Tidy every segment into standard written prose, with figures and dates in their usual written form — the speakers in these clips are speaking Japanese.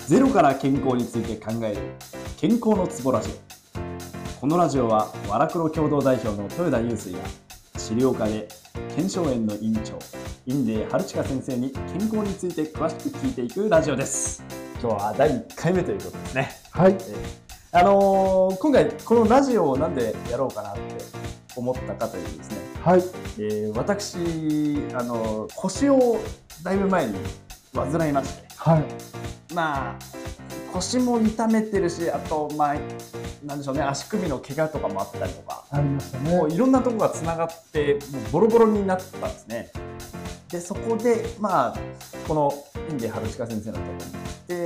ゼロから健康について考える健康のツボラジオ。このラジオはワラクロ共同代表の豊田祐水が治療家で腱鞘炎の院長印出春近先生に健康について詳しく聞いていくラジオです。今日は第1回目ということですね。 はい。 今回このラジオをなんでやろうかなって思ったかというですね、 はい。 私腰をだいぶ前に患いまして、 はい。 まあ腰も痛めてるし、あとなんでしょうね、足首の怪我とかもあったりとか、 ありましたね。 もういろんなところがつながってもうボロボロになったんですね。でそこでこの印出春近先生のところに行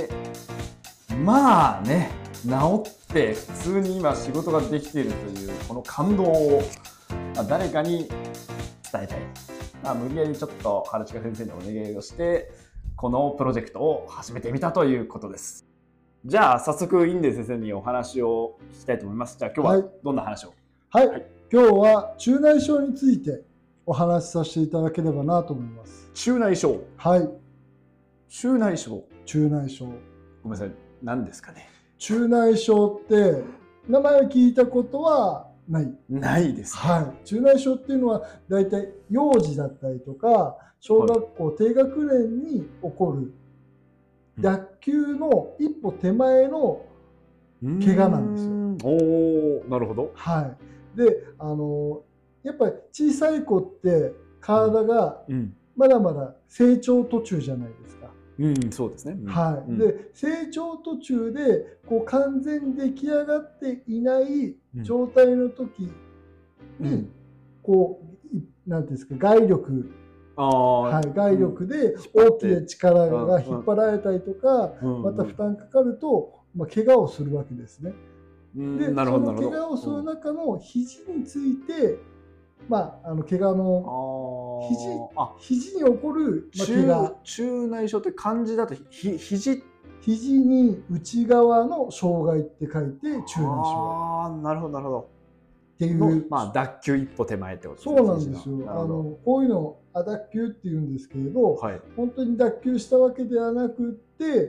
って、治って普通に今仕事ができているというこの感動を誰かに伝えたい。無理やりちょっと春近先生にお願いをしてこのプロジェクトを始めてみたということです。じゃあ早速印出先生にお話を聞きたいと思います。じゃあ今日はどんな話を？ はい。今日は中内症についてお話しさせていただければなと思います。 中内症。 はい。 中内症。 中内症。 ごめんなさい。何ですかね。 中内症って名前を聞いたことはない。 ないです、ね。 はい。中内症っていうのはだいたい幼児だったりとか小学校低学年に起こる脱臼の一歩手前の怪我なんですよ。 おー、なるほど。 はい。で、やっぱり小さい子って体がまだまだ成長途中じゃないですか。 そうですね。 はい。で、成長途中で完全に出来上がっていない状態の時に、なんていうんですか、外力で大きな力が引っ張られたりとか、また負担かかると、怪我をするわけですね。で、その怪我をする中の肘について、怪我の肘に起こる怪我。 中内症って漢字だと肘に内側の障害って書いて中内症。 なるほどなるほど。 っていう脱臼一歩手前ってことですね。そうなんですよ。こういうのを脱臼っていうんですけれど、本当に脱臼したわけではなくって、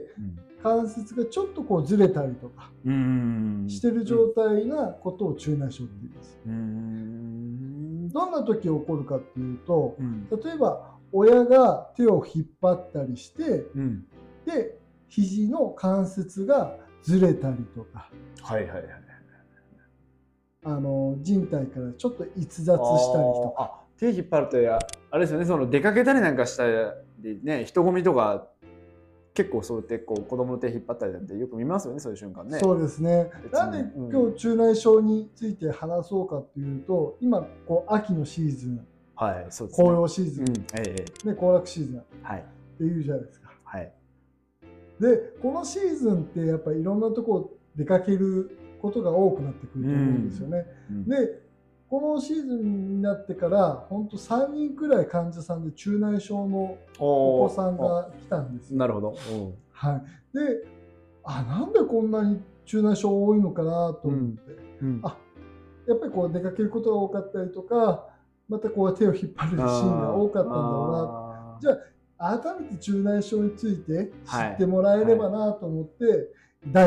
関節がちょっとずれたりとかしてる状態なことを中内症って言います。どんな時起こるかっていうと、例えば親が手を引っ張ったりして、で肘の関節がずれたりとか。人体からちょっと逸脱したりとか。 手引っ張るとあれですよね、その出かけたりなんかしたりね、人混みとか結構そうやって子供の手引っ張ったりなんてよく見ますよね、そういう瞬間ね。 そうですね。なんで今日中内症について話そうかっていうと、今秋のシーズン、紅葉シーズン、行楽シーズンっていうじゃないですか。でこのシーズンってやっぱりいろんなとこ出かけることが多くなってくると思うんですよね。でこのシーズンになってから本当3人くらい患者さんで中内症のお子さんが来たんですよ。 なるほど。 でなんでこんなに中内症多いのかなと思って、やっぱり出かけることが多かったりとか、また手を引っ張るシーンが多かったんだろうな。じゃあ改めて中内症について知ってもらえればなと思って、第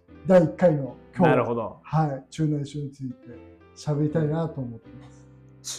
1回の今日、中内症について喋りたいなと思ってます。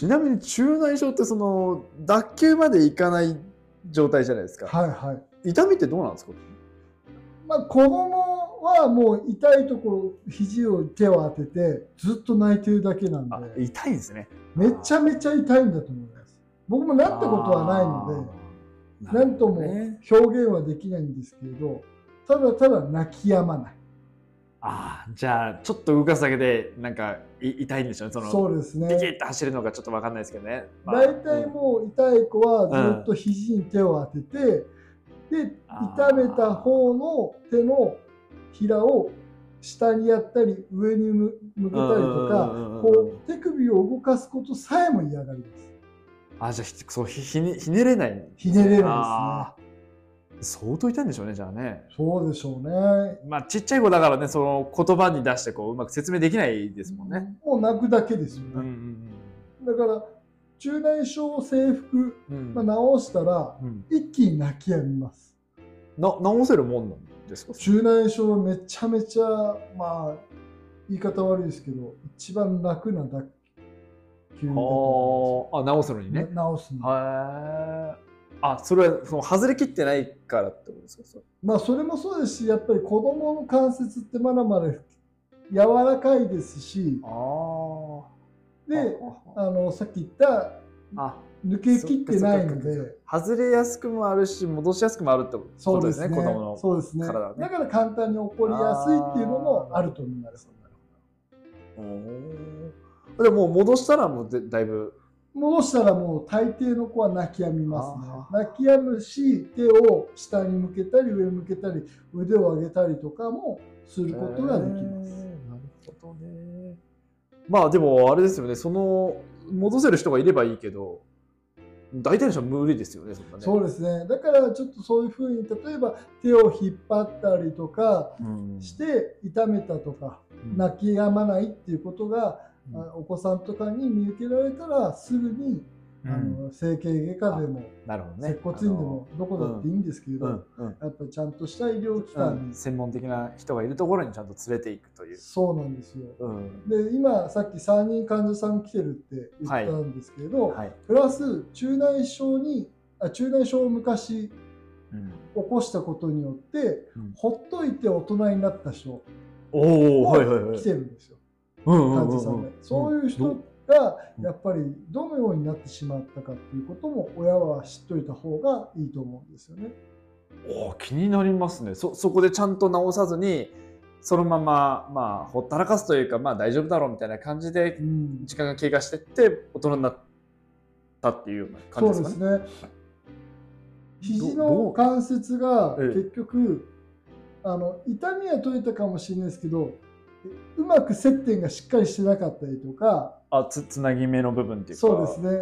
ちなみに中内症って脱臼までいかない状態じゃないですか。痛みってどうなんですか？ 子供はもう痛いところ肘を手を当ててずっと泣いてるだけなんで。 痛いんですね。 めちゃめちゃ痛いんだと思います。僕もなったことはないので何とも表現はできないんですけれど、ただただ泣き止まない。 じゃあちょっと動かすだけでなんか痛いんでしょうね。 そうですね。 ビキッと走るのかちょっと分かんないですけどね。 大体もう痛い子はずっと肘に手を当てて、で痛めた方の手のひらを下にやったり上に向けたりとか、手首を動かすことさえも嫌がります。じゃあひねれない。 ひねれないですね。 相当痛いんでしょうね、じゃあね。 そうでしょうね。 ちっちゃい子だからね、その言葉に出してうまく説明できないですもんね。 もう泣くだけですよね。だから中内症を制服、治したら、一気に泣き止みます。 直せるもんなんですか？ 中内症はめちゃめちゃ、まあ言い方悪いですけど、一番楽な脱臼だと思あ、直すのにね。 うんですよ。直すの。 それはその外れきってないからってことですか？ まあそれもそうですし、やっぱり子供の関節ってまだまだ柔らかいですし、で、さっき言った抜けきってないので、 外れやすくもあるし戻しやすくもあるってことですね、子供のそうですね。 体ね。 だから簡単に起こりやすいっていうのもあると思います。 でも戻したらもうだいぶ戻したらもう大抵の子は泣き止みますね。泣き止むし、手を下に向けたり上向けたり腕を上げたりとかもすることができます。なるほどね。まあでもあれですよね、その戻せる人がいればいいけど、大体の人は無理ですよね。 そうですね。だからちょっとそういうふうに例えば手を引っ張ったりとかして痛めたとか、泣き止まないっていうことがお子さんとかに見受けられたらすぐに整形外科でも接骨院でもどこだっていいんですけれど、やっぱりちゃんとした医療機関に専門的な人がいるところにちゃんと連れていくという。 そうなんですよ。で今さっき3人患者さん来てるって言ったんですけれど、プラス中内症を昔起こしたことによってほっといて大人になった人も来てるんですよ。患者さんで。そういう人がやっぱりどのようになってしまったかっていうことも親は知っといた方がいいと思うんですよね。 気になりますね。そこでちゃんと治さずにそのままほったらかすというか大丈夫だろうみたいな感じで時間が経過してって大人になったっていうような感じですかね。 そうですね。肘の関節が結局痛みは取れたかもしれないですけど、うまく接点がしっかりしてなかったりとか、 つなぎ目の部分っていうか、 そうですね。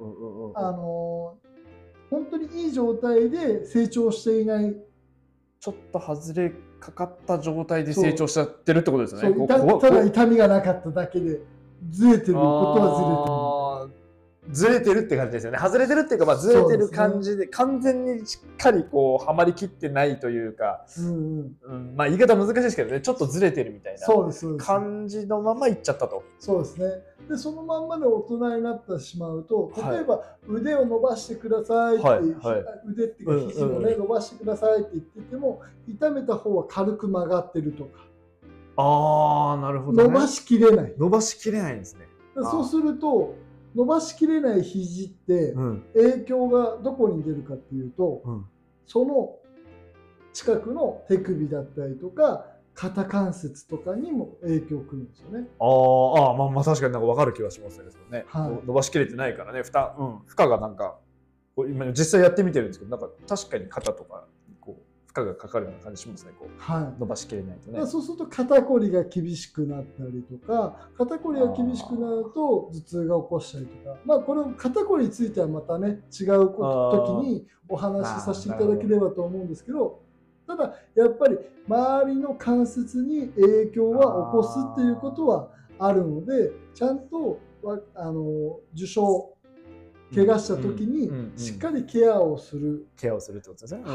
本当にいい状態で成長していない、 ちょっと外れかかった状態で成長しちゃってるってことですよね。 ただ痛みがなかっただけでずれてることはずれてるって感じですよね。外れてるっていうか、ずれてる感じで、完全にしっかりはまりきってないというか、言い方難しいですけどね、ちょっとずれてるみたいな感じのままいっちゃったと。 そうですね。でそのまんまで大人になってしまうと、例えば腕を伸ばしてくださいって、腕っていうか肘をね伸ばしてくださいって言ってても、痛めた方は軽く曲がってるとか。 なるほどね。 伸ばしきれない。 伸ばしきれないんですね。 そうすると伸ばしきれない肘って影響がどこに出るかっていうと、その近くの手首だったりとか肩関節とかにも影響くるんですよね。 確かに分かる気がしますね。伸ばしきれてないからね、負荷が今実際やってみてるんですけど、確かに肩とか負荷がかかるような感じしますね。伸ばしきれないとね。 そうすると肩こりが厳しくなったりとか、肩こりが厳しくなると頭痛が起こしたりとか、これ肩こりについてはまたね違う時にお話しさせていただければと思うんですけど、ただやっぱり周りの関節に影響は起こすっていうことはあるので、ちゃんと受傷怪我した時にしっかりケアをする。 ケアをするってことですね。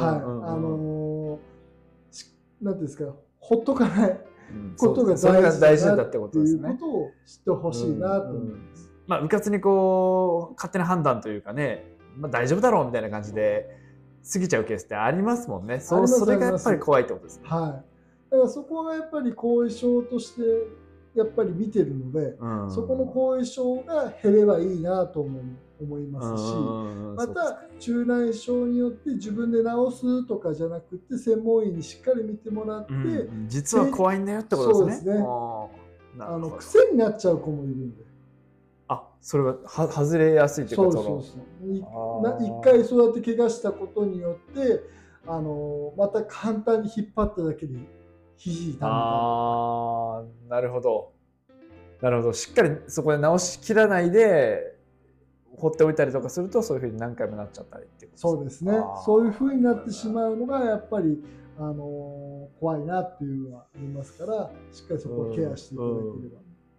なんていうんですか、ほっとかないことが大事だってことですね。ことを知ってほしいなと思います。 うかつに勝手な判断というかね、大丈夫だろうみたいな感じで過ぎちゃうケースってありますもんね。それがやっぱり怖いってことですね。 だからそこがやっぱり後遺症としてやっぱり見てるので、そこの後遺症が減ればいいなと思いますし、また中内症によって自分で治すとかじゃなくて専門医にしっかり見てもらって、 実は怖いんだよってことですね。 癖になっちゃう子もいるんで。 それは外れやすいというか、 一回そうやって怪我したことによってまた簡単に引っ張っただけで肘痛めた。 なるほど。しっかりそこで直しきらないで放っておいたりとかすると、そういうふうに何回もなっちゃったりっていうことですね。 そうですね。そういうふうになってしまうのがやっぱり怖いなっていうのはありますから、しっかりそこをケアしていただければ。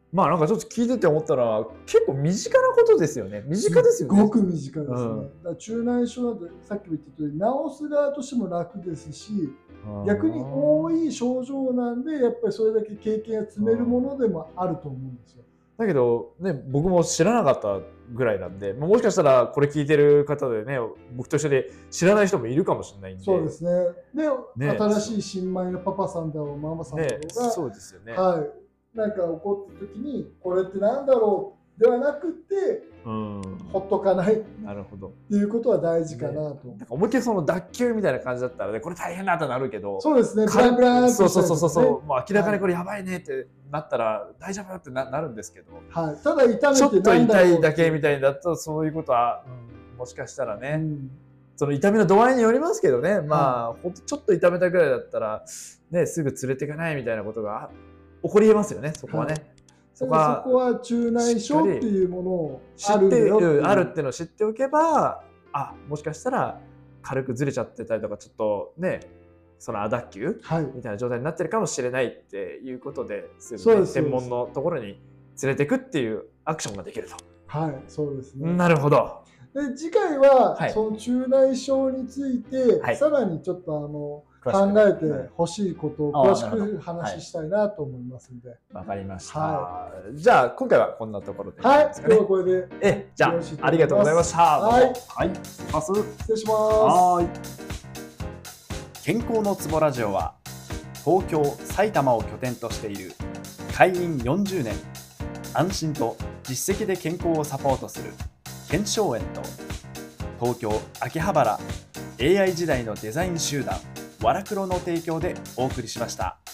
まあなんかちょっと聞いてて思ったら結構身近なことですよね。身近ですよね。 すごく身近ですね。 うんだから中内症なんてさっきも言った通り治す側としても楽ですし、逆に多い症状なんでやっぱりそれだけ経験が積めるものでもあると思うんですよ。 だけどね、僕も知らなかったぐらいなんで、もしかしたらこれ聞いてる方でね、僕と一緒で知らない人もいるかもしれないんで。 そうですね。で、 ね新しい新米のパパさんだろうママさんだろね、 うが、 そうですよね。 はい、なんか怒った時にこれってなんだろうではなくて、ほっとかないってなるほど。 いうことは大事かなと。 なんか思いっきりその脱臼みたいな感じだったらね、これ大変だとなるけど、 そうですね。ブランブランそうとそう、もう明らかにこれやばいねってなったら大丈夫ってなるんですけど、 はい、ただ痛めてちょっとなんだろう痛いだけみたいだとそういうことは、もしかしたらね、 うんその痛みの度合いによりますけどね、まあ、ほんとちょっと痛めたぐらいだったら、ね、すぐ連れていかないみたいなことが起こりえますよね、そこはね。 はい、そこは中内症っていうものをあるっていうのを知っておけば、あ、もしかしたら軽くずれちゃってたりとか、ちょっとね、その亜脱臼、みたいな状態になってるかもしれないっていうことで、すぐね、専門のところに連れていくっていうアクションができると。 はい、そうですね。 なるほど。 で次回は、その中内症について、さらにちょっと考えてほしいことを詳しく話したいなと思いますので。 わかりました。じゃあ今回はこんなところで。 はい、今日はこれで。 じゃあありがとうございました。 はい、 失礼します。 はい。 健康のツボラジオは東京、埼玉を拠点としている会員40年、安心と実績で健康をサポートする健証園と東京秋葉原 AI 時代のデザイン集団ワラクロの提供でお送りしました。